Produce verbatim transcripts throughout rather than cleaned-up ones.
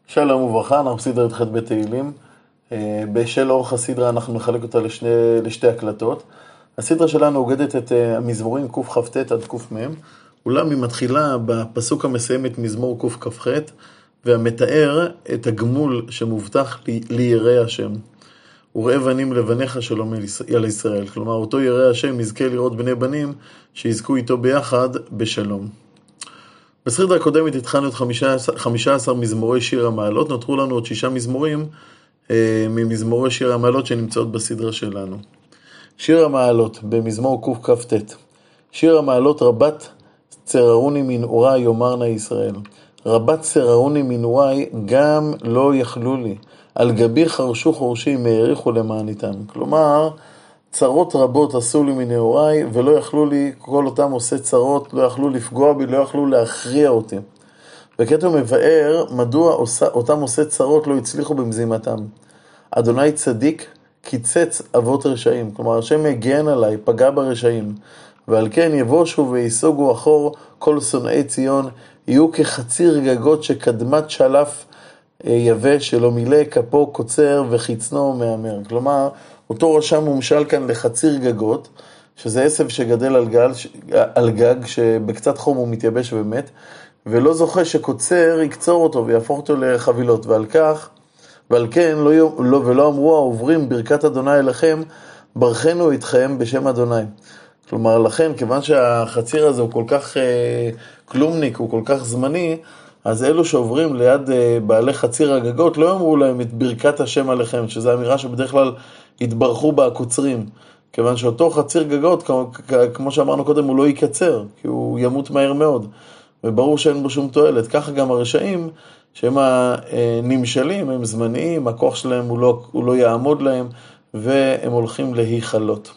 שלום וברכה, אנחנו בסדרה י"ח בתהילים. בשל אורך הסדרה אנחנו נחלק אותה לשני, לשתי הקלטות. הסדרה שלנו אוגדת את המזמורים קכ"ט עד קמ, אולם היא מתחילה בפסוק המסיים את מזמור קכ"ח, והמתאר את הגמול שמובטח ליראי השם. וראה בנים לבניך שלום על ישראל. כלומר, אותו ירא השם יזכה לראות בני בנים שיזכו איתו ביחד בשלום. בסדרה הקודמת התחלנו את חמישה עשר מזמורי שיר המעלות, נותרו לנו עוד שישה מזמורים אה, ממזמורי שיר המעלות שנמצאות בסדרה שלנו. שיר המעלות במזמור קכ"ט. שיר המעלות רבת צררוני מנעורי יאמרנה ישראל. רבת צררוני מנעורי גם לא יכלו לי. על גבי חרשו חורשים העריכו למעניתם. כלומר, צרות רבות עשו לי מנעוריי, ולא יכלו לי, כל אותם עושה צרות, לא יכלו לפגוע בי, לא יכלו להכריע אותי. וכעת הוא מבאר מדוע אותם עושה צרות לא הצליחו במזימתם. אדוני צדיק קיצץ אבות רשעים, כלומר השם הגן עליי, פגע ברשעים, ועל כן יבושו ויסוגו אחור כל שונאי ציון, יהיו כחציר גגות שקדמת שלף יבש, שלא מילא כפו קוצר וחיצנו מאמר. כלומר, אותו רשע מומשל כאן לחציר גגות, שזה עשב שגדל על, גל, על גג, שבקצת חום הוא מתייבש ומת, ולא זוכה שקוצר יקצור אותו ויהפוך אותו לחבילות, ועל כך, ועל כן לא, לא, ולא אמרו העוברים ברכת אדוני אליכם, ברכנו איתכם בשם אדוני. כלומר, לכן, כיוון שהחציר הזה הוא כל כך אה, קלומניק, הוא כל כך זמני, אז אלו שעוברים ליד אה, בעלי חציר הגגות, לא אמרו להם את ברכת השם עליכם, שזו אמירה שבדרך כלל התברכו בה הקוצרים, כיוון שאותו חציר גגות, כמו, כמו שאמרנו קודם, הוא לא יקצר, כי הוא ימות מהר מאוד, וברור שאין בו שום תועלת. ככה גם הרשעים, שהם הנמשלים, הם זמניים, הכוח שלהם הוא לא, הוא לא יעמוד להם, והם הולכים להיכלות.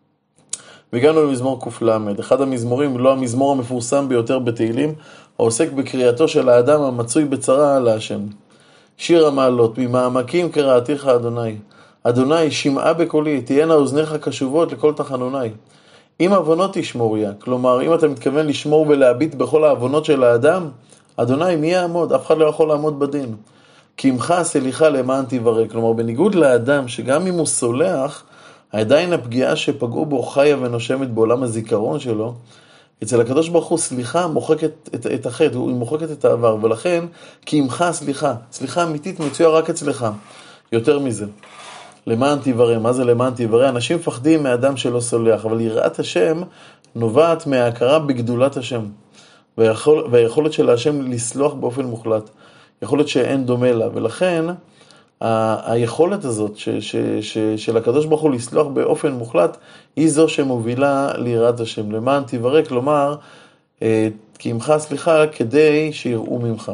והגענו למזמור קל', אחד המזמורים, לא המזמור המפורסם ביותר בתהילים, העוסק בקריאתו של האדם המצוי בצרה להשם. שיר המעלות, ממעמקים קראתיך אדוני. אדוני, שמעה בקולי, תהיינה אוזניך קשובות לכל תחנוני. אם עוונות תשמוריה, כלומר, אם אתה מתכוון לשמור ולהביט בכל העוונות של האדם, אדוני, מי יעמוד? אף אחד לא יכול לעמוד בדין. כי עמך סליחה למען תברא. כלומר, בניגוד לאדם, שגם אם הוא סולח, עדיין הפגיעה שפגעו בו חיה ונושמת בעולם הזיכרון שלו, אצל הקדוש ברוך הוא סליחה מוחקת את, את החטא, היא מוחקת את העבר, ולכן, כי עמך סליחה, סליחה אמיתית מצויה רק אצלך. יותר מזה. למען תברא, מה זה למען תברא? אנשים מפחדים מאדם שלא סולח, אבל יראת השם נובעת מההכרה בגדולת השם, והיכול, והיכולת של השם לסלוח באופן מוחלט, יכולת שאין דומה לה, ולכן ה- היכולת הזאת ש, ש, ש, של הקדוש ברוך הוא לסלוח באופן מוחלט, היא זו שמובילה ליראת השם, למען תברא, כלומר, כי עמך סליחה כדי שיראו ממך.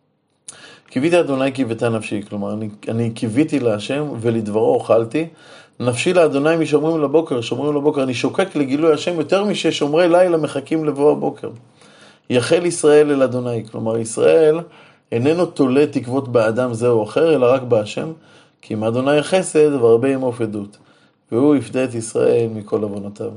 קיוויתי אדוני קיוותה נפשי, כלומר, אני, אני קיוויתי להשם ולדברו אוכלתי, נפשי לאדוני משומרים לבוקר, שומרים לבוקר, אני שוקק לגילוי השם יותר מששומרי לילה מחכים לבוא הבוקר. יחל ישראל אל אדוני, כלומר, ישראל איננו תולה תקוות באדם זה או אחר, אלא רק בהשם, כי עם אדוני החסד והרבה עמו פדות, והוא יפדה את ישראל מכל עוונותיו.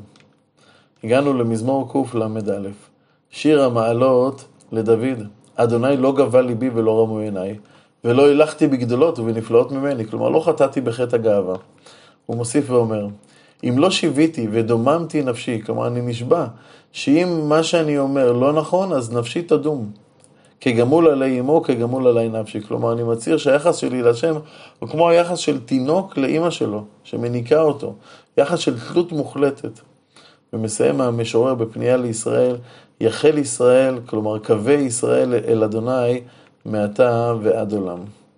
הגענו למזמור קל"א, שיר המעלות לדוד. אדוני לא גבה ליבי ולא רמו עיניי, ולא הלכתי בגדולות ובנפלאות ממני, כלומר לא חטאתי בחטא הגאווה. הוא מוסיף ואומר, אם לא שיוויתי ודוממתי נפשי, כלומר אני נשבע, שאם מה שאני אומר לא נכון, אז נפשי תדום. כגמול עלי אמו, כגמול עלי נפשי. כלומר אני מצהיר שהיחס שלי להשם הוא כמו היחס של תינוק לאמא שלו, שמניקה אותו, יחס של תלות מוחלטת. ומסיים המשורר בפנייה לישראל, יחל ישראל, כלומר קווה ישראל אל אדוני מעתה ועד עולם.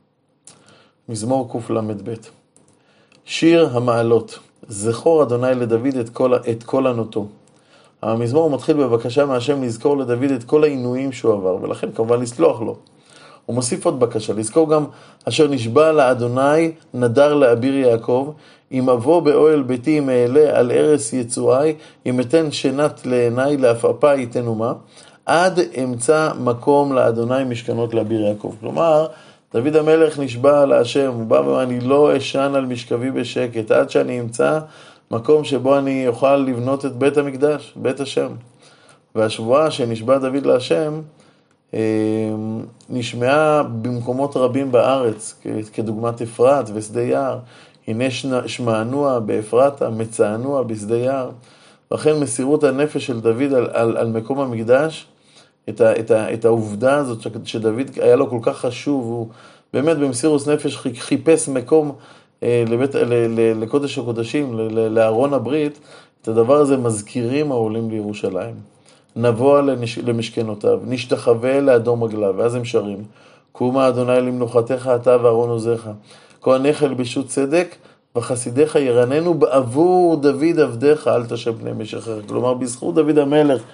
מזמור קל"ב. שיר המעלות, זכור אדוני לדוד את כל, את כל ענותו. המזמור מתחיל בבקשה מהשם לזכור לדוד את כל העינויים שהוא עבר, ולכן כמובן לסלוח לו. הוא מוסיף עוד בקשה, לזכור גם אשר נשבע לאדוני נדר לאביר יעקב, אם אבוא באוהל ביתי אם אעלה על ערש יצואי, אם אתן שנת לעיניי לעפעפה ייתן אומה, עד אמצא מקום לאדוני משכנות לאביר יעקב. כלומר, דוד המלך נשבע להשם, הוא בא ואומר, אני לא אשן על משכבי בשקט, עד שאני אמצא מקום שבו אני אוכל לבנות את בית המקדש, בית השם. והשבועה שנשבע דוד להשם, נשמעה במקומות רבים בארץ, כדוגמת אפרת ושדה יער. הנה שמענוע באפרתה, מצענוע בשדה יער. לכן מסירות הנפש של דוד על, על, על מקום המקדש, את, ה, את, ה, את העובדה הזאת שדוד היה לו כל כך חשוב, הוא באמת במסירות נפש חיפש מקום אה, לבית, ל, ל, לקודש הקודשים, ל, ל, לארון הברית. את הדבר הזה מזכירים העולים לירושלים. נבוא לנש... למשכנותיו, נשתחווה לאדום רגליו, ואז הם שרים, קומה אדוני למנוחתך אתה וארון עוזיך, כהניך ילבשו צדק, וחסידיך ירננו בעבור דוד עבדיך, אל תשב פני משכך. כלומר, בזכות דוד המלך,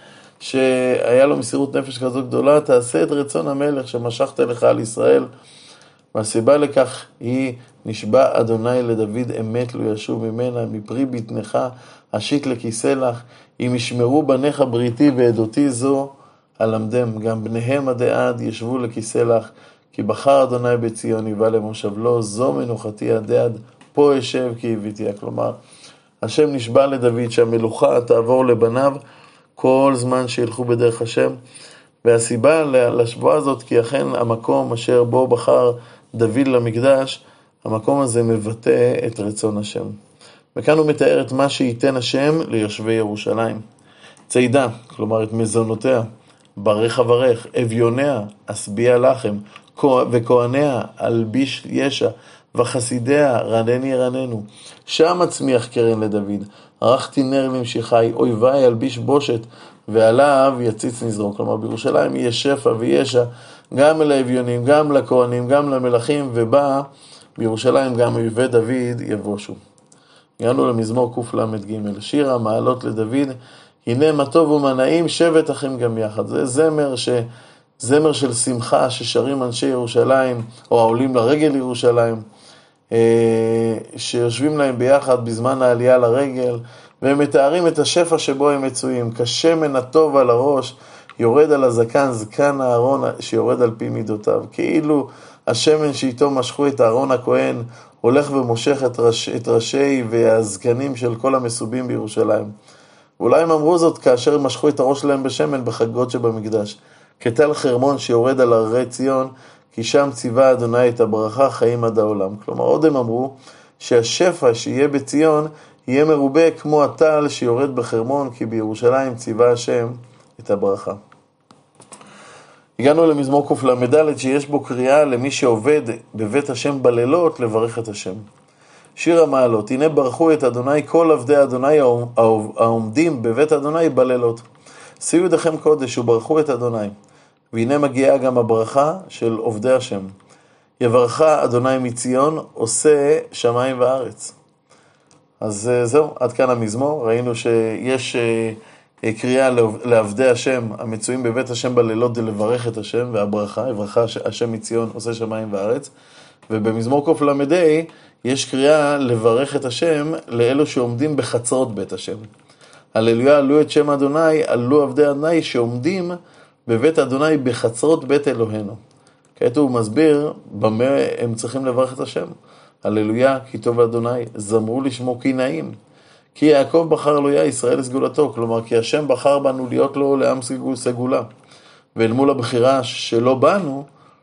שהיה לו מסירות נפש כזו גדולה, תעשה את רצון המלך שמשכת לך על ישראל. והסיבה לכך היא, נשבע אדוני לדוד אמת לא ישוב ממנה, מפרי בטנך אשיק לכיסא לך, אם ישמרו בניך בריתי ועדותי זו, הלמדם, גם בניהם עדי עד ישבו לכיסא לך, כי בחר אדוני בציון יבא למושב לו, זו מנוחתי עדי עד, פה אשב כי הביתיה. כלומר, השם נשבע לדוד שהמלוכה תעבור לבניו כל זמן שילכו בדרך השם, והסיבה לשבועה הזאת, כי אכן המקום אשר בו בחר דוד למקדש, המקום הזה מבטא את רצון השם. וכאן הוא מתאר את מה שייתן השם ליושבי ירושלים. צידה, כלומר את מזונותיה, ברך אברך, אביוניה, אסביע לחם, וכהניה, אלביש ישע, וחסידיה, רנני ירננו. שם הצמיח קרן לדוד, ערכתי נר למשיחי, אויבי ילביש בושת, ועליו יציץ נזרוק. כלומר, בירושלים יהיה שפע וישע, גם לאביונים, גם לכהנים, גם למלכים, ובא בירושלים גם אויבי דוד יבושו. הגענו למזמור קל"ג, שיר המעלות לדוד, הנה מה טוב ומה נעים, שבת אחים גם יחד. זה זמר, ש... זמר של שמחה ששרים אנשי ירושלים, או העולים לרגל ירושלים, שיושבים להם ביחד בזמן העלייה לרגל, והם מתארים את השפע שבו הם מצויים, כשמן הטוב על הראש, יורד על הזקן, זקן הארון שיורד על פי מידותיו, כאילו השמן שאיתו משכו את הארון הכהן, הולך ומושך את, ראש, את ראשי והזקנים של כל המסובים בירושלים. ואולי הם אמרו זאת כאשר משכו את הראש שלהם בשמן בחגות שבמקדש. כתל חרמון שיורד על הרי ציון, כי שם ציווה אדוני את הברכה חיים עד העולם. כלומר, עוד הם אמרו שהשפע שיהיה בציון יהיה מרובה כמו הטל שיורד בחרמון, כי בירושלים ציווה השם את הברכה. הגענו למזמור קל"ד שיש בו קריאה למי שעובד בבית השם בלילות לברך את השם. שיר המעלות, הנה ברכו את אדוני כל עבדי אדוני העומדים בבית אדוני בלילות. שיאו ידיכם קודש וברכו את אדוני. והנה מגיעה גם הברכה של עובדי השם. יברכה אדוני מציון, עושה שמיים וארץ. אז זהו, עד כאן המזמור. ראינו שיש קריאה לעבדי השם המצויים בבית השם בלילות לברך את השם, והברכה, יברכה השם מציון, עושה שמיים וארץ. ובמזמור קל"ד יש קריאה לברך את השם לאלו שעומדים בחצרות בית השם. הללויה, עלו את שם אדוני, עלו עבדי אדוני שעומדים בבית אדוני בחצרות בית אלוהינו. כעת הוא מסביר במה הם צריכים לברך את השם. הללויה, כי טוב אדוני, זמרו לשמו כי נעים. כי יעקב בחר לו, יה ישראל סגולתו. כלומר, כי השם בחר בנו להיות לו לעם סגולה. ואל מול הבחירה שלא בנו,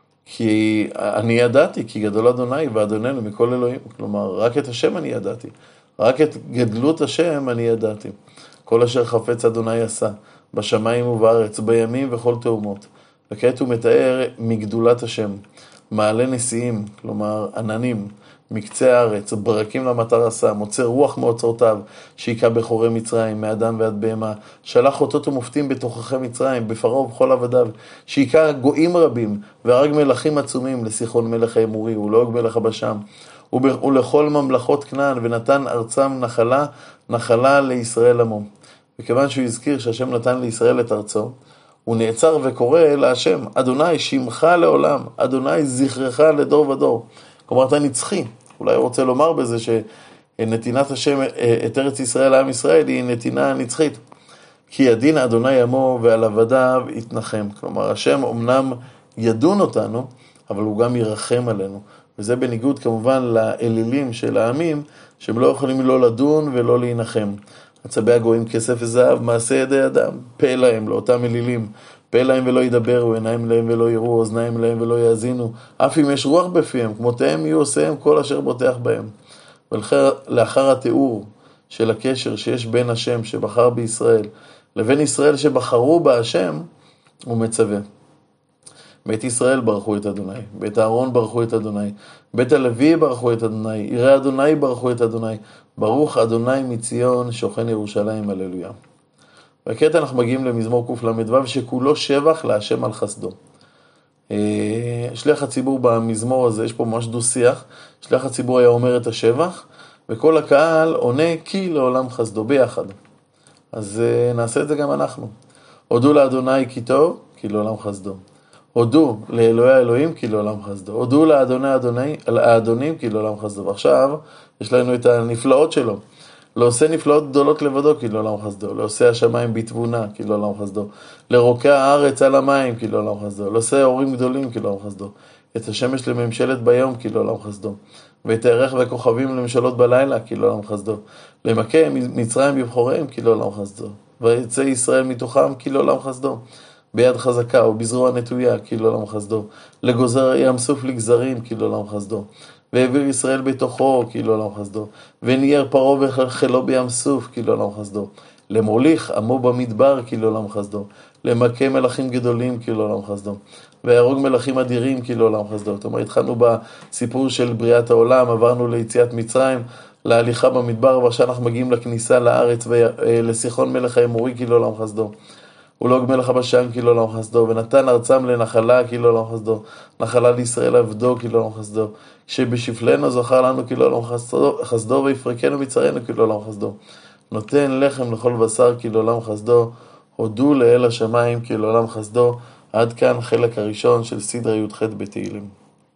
כי אני ידעתי, כי גדול אדוני ואדוננו מכל אלוהים. כלומר, רק את השם אני ידעתי. רק את גדלות השם אני ידעתי. כל אשר חפץ אדוני עשה, בשמיים ובארץ, בימים וכל תאומות. וכעת הוא מתאר מגדולת השם, מעלה נשיאים, כלומר עננים, מקצה הארץ, ברקים למטר עשה, מוצא רוח מאוצרותיו, שיקע בחורי מצרים, מאדם ועד בהמה, שלח אותות ומופתים בתוככי מצרים, בפרעה ובכל עבדיו, שיקע גויים רבים, והרג מלכים עצומים, לסיחון מלך האמורי, ולעוג מלך הבשם, ולכל ממלכות כנען, ונתן ארצם נחלה, נחלה לישראל עמו. וכיוון שהוא הזכיר שהשם נתן לישראל את ארצו, הוא נעצר וקורא להשם, אדוני שמך לעולם, אדוני זכרך לדור ודור. כלומר, אתה נצחי. אולי הוא רוצה לומר בזה שנתינת השם את ארץ ישראל לעם ישראל היא נתינה נצחית. כי ידין אדוני עמו ועל עבדיו יתנחם. כלומר, השם אמנם ידון אותנו, אבל הוא גם ירחם עלינו. וזה בניגוד כמובן לאלילים של העמים, שהם לא יכולים לא לדון ולא להינחם. עצבי הגויים כסף וזהב, מעשה ידי אדם, פה להם לאותם אלילים, פה להם ולא ידברו, עיניים להם ולא יראו, אוזניים להם ולא יאזינו, אף אם יש רוח בפיהם, כמותיהם יהיו עושיהם כל אשר בוטח בהם. ולאחר התיאור של הקשר שיש בין השם שבחר בישראל, לבין ישראל שבחרו בה השם, הוא מצווה. בית ישראל ברכו את אדוני, בית אהרון ברכו את אדוני, בית הלוי ברכו את אדוני, עירי אדוני ברכו את אדוני, ברוך אדוני מציון שוכן ירושלים, הללויה. וכעת אנחנו מגיעים למזמור קל"ו שכולו שבח להשם על חסדו. שליח הציבור במזמור הזה, יש פה ממש דו שיח, שליח הציבור היה אומר את השבח, וכל הקהל עונה כי לעולם חסדו ביחד. אז נעשה את זה גם אנחנו. הודו לאדוני כי טוב, כי לעולם חסדו. הודו לאלוהי האלוהים כי לעולם חסדו. הודו לאדוני אדוני, לאדונים כי לעולם חסדו. ועכשיו יש לנו את הנפלאות שלו. לעושה נפלאות גדולות לבדו כי לעולם חסדו. לעושה השמיים בתבונה כי לעולם חסדו. לרוקע הארץ על המים כי לעולם חסדו. לעושה אורים גדולים כי לעולם חסדו. את השמש לממשלת ביום כי לעולם חסדו. ואת הירח והכוכבים לממשלות בלילה כי לעולם חסדו. למכה מצרים בבחוריהם כי לעולם חסדו. ויצא ישראל מתוכם כי לעולם חסדו. ביד חזקה ובזרוע נטויה כי לעולם חסדו. לגוזר ים סוף לגזרים כי לעולם חסדו. והעביר ישראל בתוכו כי לעולם חסדו. וניער פרעה וחילו בים סוף כי לעולם חסדו. למוליך עמו במדבר כי לעולם חסדו. למכה מלכים גדולים כי לעולם חסדו. ויהרוג מלכים אדירים כי לעולם חסדו. זאת אומרת, התחלנו בסיפור של בריאת העולם, עברנו ליציאת מצרים, להליכה במדבר, ועכשיו אנחנו מגיעים לכניסה לארץ ולסיחון מלך האמורי כי לעולם חסדו. ולעוג מלך הבשן כי לעולם חסדו, ונתן ארצם לנחלה כי לעולם חסדו, נחלה לישראל עבדו כי לעולם חסדו, שבשפלנו זכר לנו כי לעולם חסדו, חסדו ויפרקנו מצרינו כי לעולם חסדו, נותן לחם לכל בשר כי לעולם חסדו, הודו לאל השמיים כי לעולם חסדו. עד כאן חלק הראשון של סדרה י"ח בתהילים.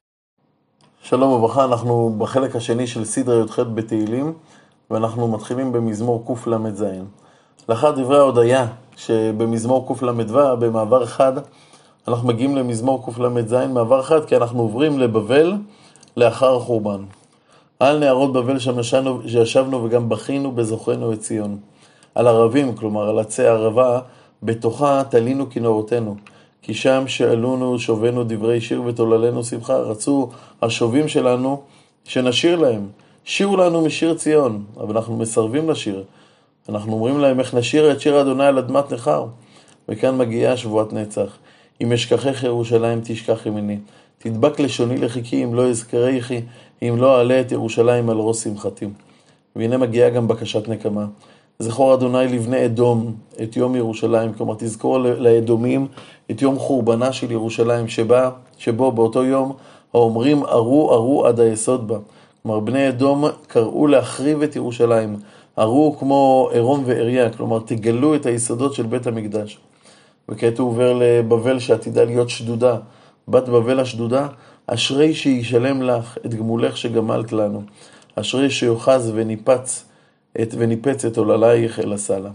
שלום וברכה, אנחנו בחלק השני של סדרה י"ח בתהילים, ואנחנו מתחילים במזמור קל"ז. לאחר דברי ההודיה שבמזמור קל"ו, במעבר אחד, אנחנו מגיעים למזמור קל"ז, מעבר אחד, כי אנחנו עוברים לבבל לאחר החורבן. על נהרות בבל שישבנו וגם בכינו בזוכרנו את ציון. על ערבים, כלומר על עצי ערבה, בתוכה תלינו כנורותינו. כי שם שאלונו שובנו דברי שיר ותוללנו שמחה. רצו השובים שלנו שנשיר להם. שירו לנו משיר ציון, אבל אנחנו מסרבים לשיר. אנחנו אומרים להם איך נשיר את שיר אדוני על אדמת נחר. וכאן מגיעה שבועת נצח. אם אשכחך ירושלים תשכח ימיני. תדבק לשוני לחיקי אם לא אזכריכי, אם לא אעלה את ירושלים על ראש שמחתי. והנה מגיעה גם בקשת נקמה. זכור אדוני לבני אדום את יום ירושלים, כלומר תזכור לאדומים את יום חורבנה של ירושלים, שבה, שבו באותו יום האומרים ארו ארו עד היסוד בה. כלומר בני אדום קראו להחריב את ירושלים, ארו כמו עירום ועריה, כלומר תגלו את היסודות של בית המקדש. וכעת הוא עובר לבבל שעתידה להיות שדודה, בת בבל השדודה, אשרי שישלם לך את גמולך שגמלת לנו, אשרי שיוחז וניפץ את וניפץ את עוללייך אל הסלה.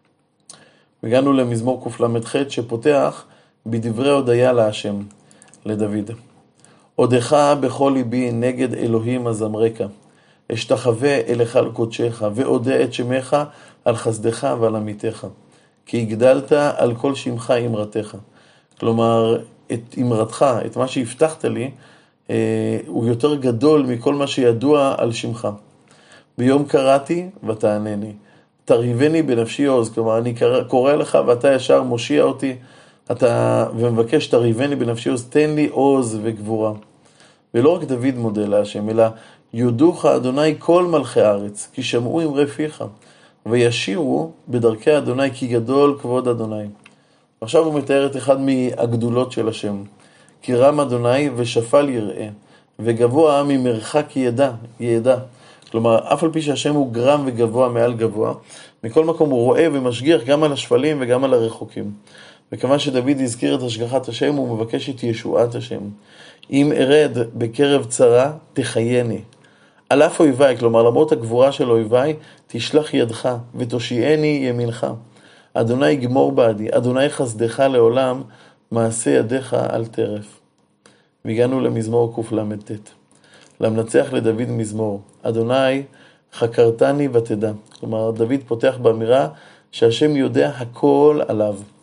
הגענו למזמור קל"ח שפותח בדברי הודיה להשם, לדוד. עודך בכל ליבי נגד אלוהים הזמרקה, אשתחווה אליך על קודשך, ועודה את שמך על חסדך ועל עמיתך, כי הגדלת על כל שמך אמרתך. כלומר, את אמרתך, את מה שהבטחת לי, אה, הוא יותר גדול מכל מה שידוע על שמך. ביום קראתי ותענני, תריבני בנפשי עוז, כלומר אני קורא לך ואתה ישר מושיע אותי, אתה ומבקש תריבני בנפשי עוז, תן לי עוז וגבורה. ולא רק דוד מודה להשם, אלא יודוך אדוני כל מלכי הארץ, כי שמעו אמרי פיך, וישירו בדרכי אדוני, כי גדול כבוד אדוני. עכשיו הוא מתאר את אחד מהגדולות של השם, כי רם אדוני ושפל יראה, וגבוה ממרחק ידע, ידע. כלומר, אף על פי שהשם הוא גרם וגבוה מעל גבוה, מכל מקום הוא רואה ומשגיח גם על השפלים וגם על הרחוקים. וכמה שדוד הזכיר את השגחת השם, הוא מבקש את ישועת השם. אם ארד בקרב צרה, תחייני. על אף אויביי, כלומר, למרות הגבורה של אויביי, תשלח ידך ותושיעני ימינך. אדוני יגמור בעדי, אדוני חסדך לעולם, מעשה ידיך על טרף. והגענו למזמור קל"ט. למנצח לדוד מזמור, אדוני חקרתני ותדע. כלומר, דוד פותח באמירה שהשם יודע הכל עליו.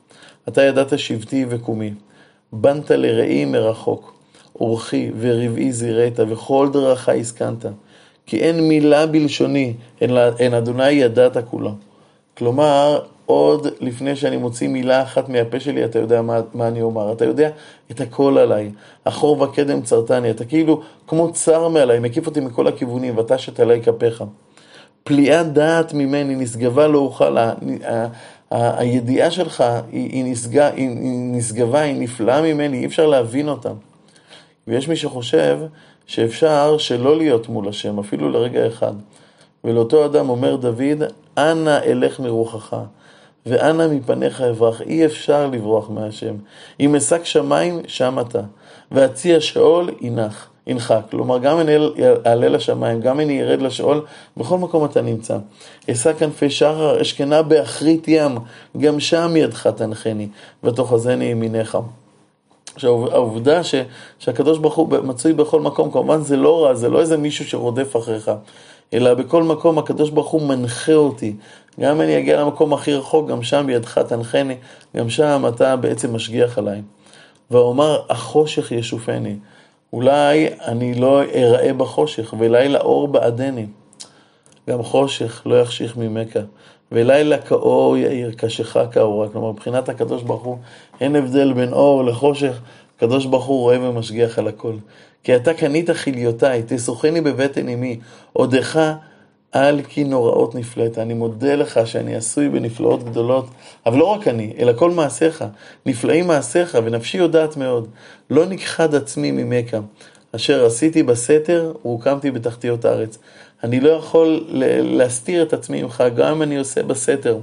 אתה ידעת שבטי וקומי, בנת לראי מרחוק, אורחי ורבעי זירית, וכל דרכי הסכנת, כי אין מילה בלשוני, אין, אין אדוני ידעת כולו. כלומר, עוד לפני שאני מוציא מילה אחת מהפה שלי, אתה יודע מה, מה אני אומר. אתה יודע את הכל עליי. אחור וקדם צרתני. אתה כאילו כמו צר מעליי, מקיף אותי מכל הכיוונים, ותשת עליי כפיך. פליאת דעת ממני, נשגבה לא אוכל. ה, ה, ה, הידיעה שלך היא, היא, נשגה, היא, היא נשגבה, היא נפלאה ממני, אי אפשר להבין אותה. ויש מי שחושב שאפשר שלא להיות מול השם, אפילו לרגע אחד. ולאותו אדם אומר דוד, אנא אלך מרוחך, ואנא מפניך אברח. אי אפשר לברוח מהשם. אם אשק שמיים, שם אתה. והציע שאול, ינח, ינחק. כלומר, גם אני אעלה לשמיים, גם אני ירד לשאול, בכל מקום אתה נמצא. אשא כנפי שחר, אשכנה באחרית ים, גם שם ידך תנחני, ותאחזני ימינך. עכשיו, העובדה ש, שהקדוש ברוך הוא מצוי בכל מקום, כמובן זה לא רע, זה לא איזה מישהו שרודף אחריך, אלא בכל מקום הקדוש ברוך הוא מנחה אותי. גם אם אני אגיע למקום הכי רחוק, גם שם בידך תנחני, גם שם אתה בעצם משגיח עליי. ואומר, החושך ישופני. אולי אני לא אראה בחושך, ולילה אור בעדני. גם חושך לא יחשיך ממך, ולילה כאור יאיר, כשך כאורה. כלומר, מבחינת הקדוש ברוך הוא, אין הבדל בין אור לחושך, הקדוש ברוך הוא רואה ומשגיח על הכל. כי אתה קנית חיליותיי, תסוכני בבטן אמי, עודך על כי נוראות נפלאת. אני מודה לך שאני עשוי בנפלאות גדולות, אבל לא רק אני, אלא כל מעשיך, נפלאים מעשיך, ונפשי יודעת מאוד. לא נכחד עצמי ממך, אשר עשיתי בסתר, והוקמתי בתחתיות הארץ. אני לא יכול להסתיר את עצמי ממך, גם אם אני עושה בסתר.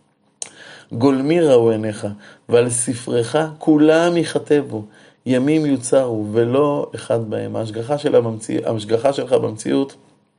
גולמי ראו עיניך, ועל ספרך כולם יכתבו, ימים יוצרו, ולא אחד בהם. ההשגחה, של המציא, ההשגחה שלך במציאות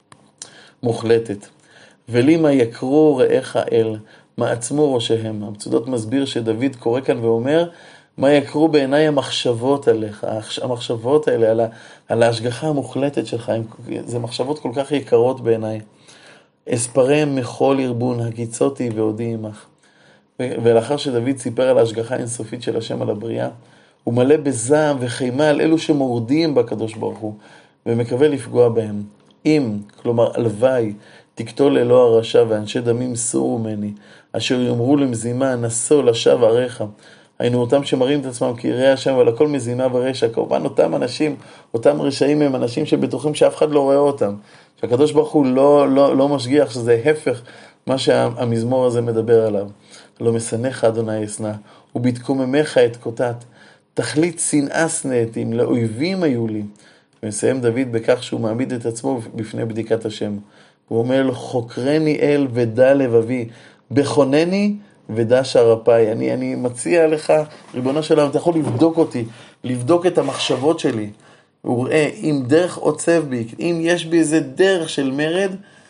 מוחלטת. ולי מה יקרו רעיך אל, מה עצמו ראשיהם. המצודות מסביר שדוד קורא כאן ואומר, מה יקרו בעיניי המחשבות עליך, המחשבות האלה, על, על ההשגחה המוחלטת שלך, זה מחשבות כל כך יקרות בעיניי. אספרם מכל ארגון, הקיצותי ועודי עמך. ולאחר שדוד סיפר על ההשגחה האינסופית של השם על הבריאה, הוא מלא בזעם וחימה על אלו שמורדים בקדוש ברוך הוא, ומקווה לפגוע בהם. אם, כלומר הלוואי, תקטול אלוה הרשע ואנשי דמים סורו ממני, אשר יאמרו למזימה, נסו לשב עריך. היינו אותם שמראים את עצמם כיראי השם, אבל הכל מזימה ורשע. כמובן אותם אנשים, אותם רשעים הם אנשים שבטוחים שאף אחד לא רואה אותם. שהקדוש ברוך הוא לא, לא, לא משגיח, שזה הפך מה שהמזמור הזה מדבר עליו. לא משנאך אדוני אשנא, ובתקוממך את קוטט. תכלית שנאה שנאתים, לאויבים היו לי. ומסיים דוד בכך שהוא מעמיד את עצמו בפני בדיקת השם. הוא אומר לו, חוקרני אל ודע לבבי, בכונני ודע שרפיי. אני, אני מציע לך, ריבונו שלנו, אתה יכול לבדוק אותי, לבדוק את המחשבות שלי. הוא ראה, אם דרך עוצב בי, אם יש בי איזה דרך של מרד,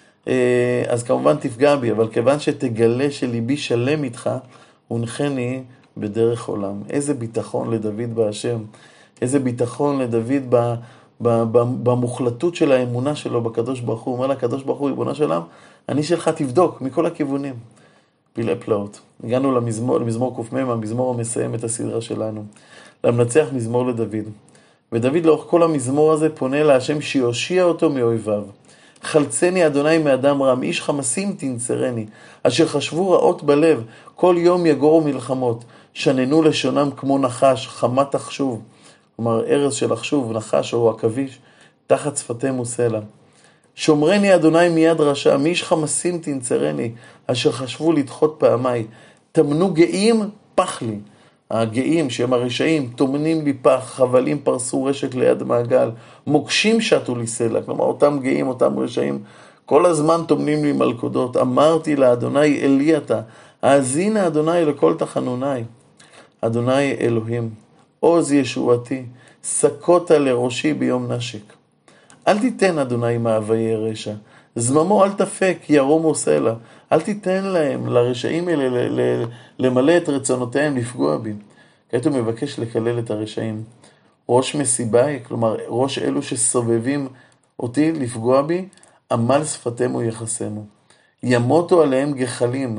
אז כמובן תפגע בי, אבל כיוון שתגלה שליבי שלם איתך, הונחני בדרך עולם. איזה ביטחון לדוד בהשם, איזה ביטחון לדוד ב, ב, ב, במוחלטות של האמונה שלו בקדוש ברוך הוא. הוא אומר לקדוש ברוך הוא, ריבונו של עולם, אני שלך תבדוק מכל הכיוונים. פילי פלאות. הגענו למזמור, למזמור ק"מ, המזמור המסיים את הסדרה שלנו. למנצח מזמור לדוד. ודוד לאורך כל המזמור הזה פונה להשם שיושיע אותו מאויביו. חלצני אדוני מאדם רע, מאיש חמסים תנצרני, אשר חשבו רעות בלב, כל יום יגורו מלחמות, שננו לשונם כמו נחש, חמה תחשוב. כלומר, ארז של החשוב, נחש או עכביש, תחת שפתיהם וסלע. שומרני אדוני מיד רשע, מאיש חמסים תנצרני, אשר חשבו לדחות פעמיי. תמנו גאים, פח לי. הגאים שהם הרשעים, תומנים לי פח, חבלים פרסו רשת ליד מעגל, מוקשים שטו לי סלע. כלומר, אותם גאים, אותם רשעים, כל הזמן תומנים לי מלכודות. אמרתי לאדוני אלי אתה, האזינה אדוני לכל תחנוני. אדוני אלוהים, עוז ישועתי, סקות לראשי ביום נשק. אל תיתן אדוני מאוויי רשע, זממו אל תפק, ירומו סלע. אל תיתן להם, לרשעים האלה, ל- ל- למלא את רצונותיהם, לפגוע בי. כעת הוא מבקש לקלל את הרשעים. ראש מסיבי, כלומר ראש אלו שסובבים אותי לפגוע בי, עמל שפתמו יחסמו. ימותו עליהם גחלים,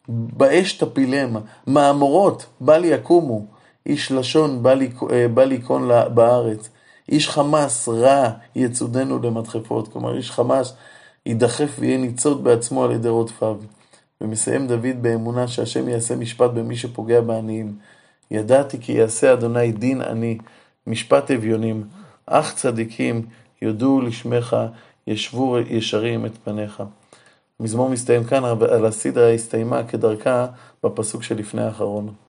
באש תפילם, מאמורות בל יקומו, איש לשון בל ייכון בארץ, איש חמאס רע יצודנו למדחפות, כלומר איש חמאס יידחף ויהיה ניצוד בעצמו על ידי רודפיו. ומסיים דוד באמונה שהשם יעשה משפט במי שפוגע בעניים. ידעתי כי יעשה אדוני דין עני, משפט אביונים, אך צדיקים יודו לשמך, ישבו ישרים את פניך. המזמור מסתיים כאן, אבל הסדרה הסתיימה כדרכה בפסוק שלפני האחרון.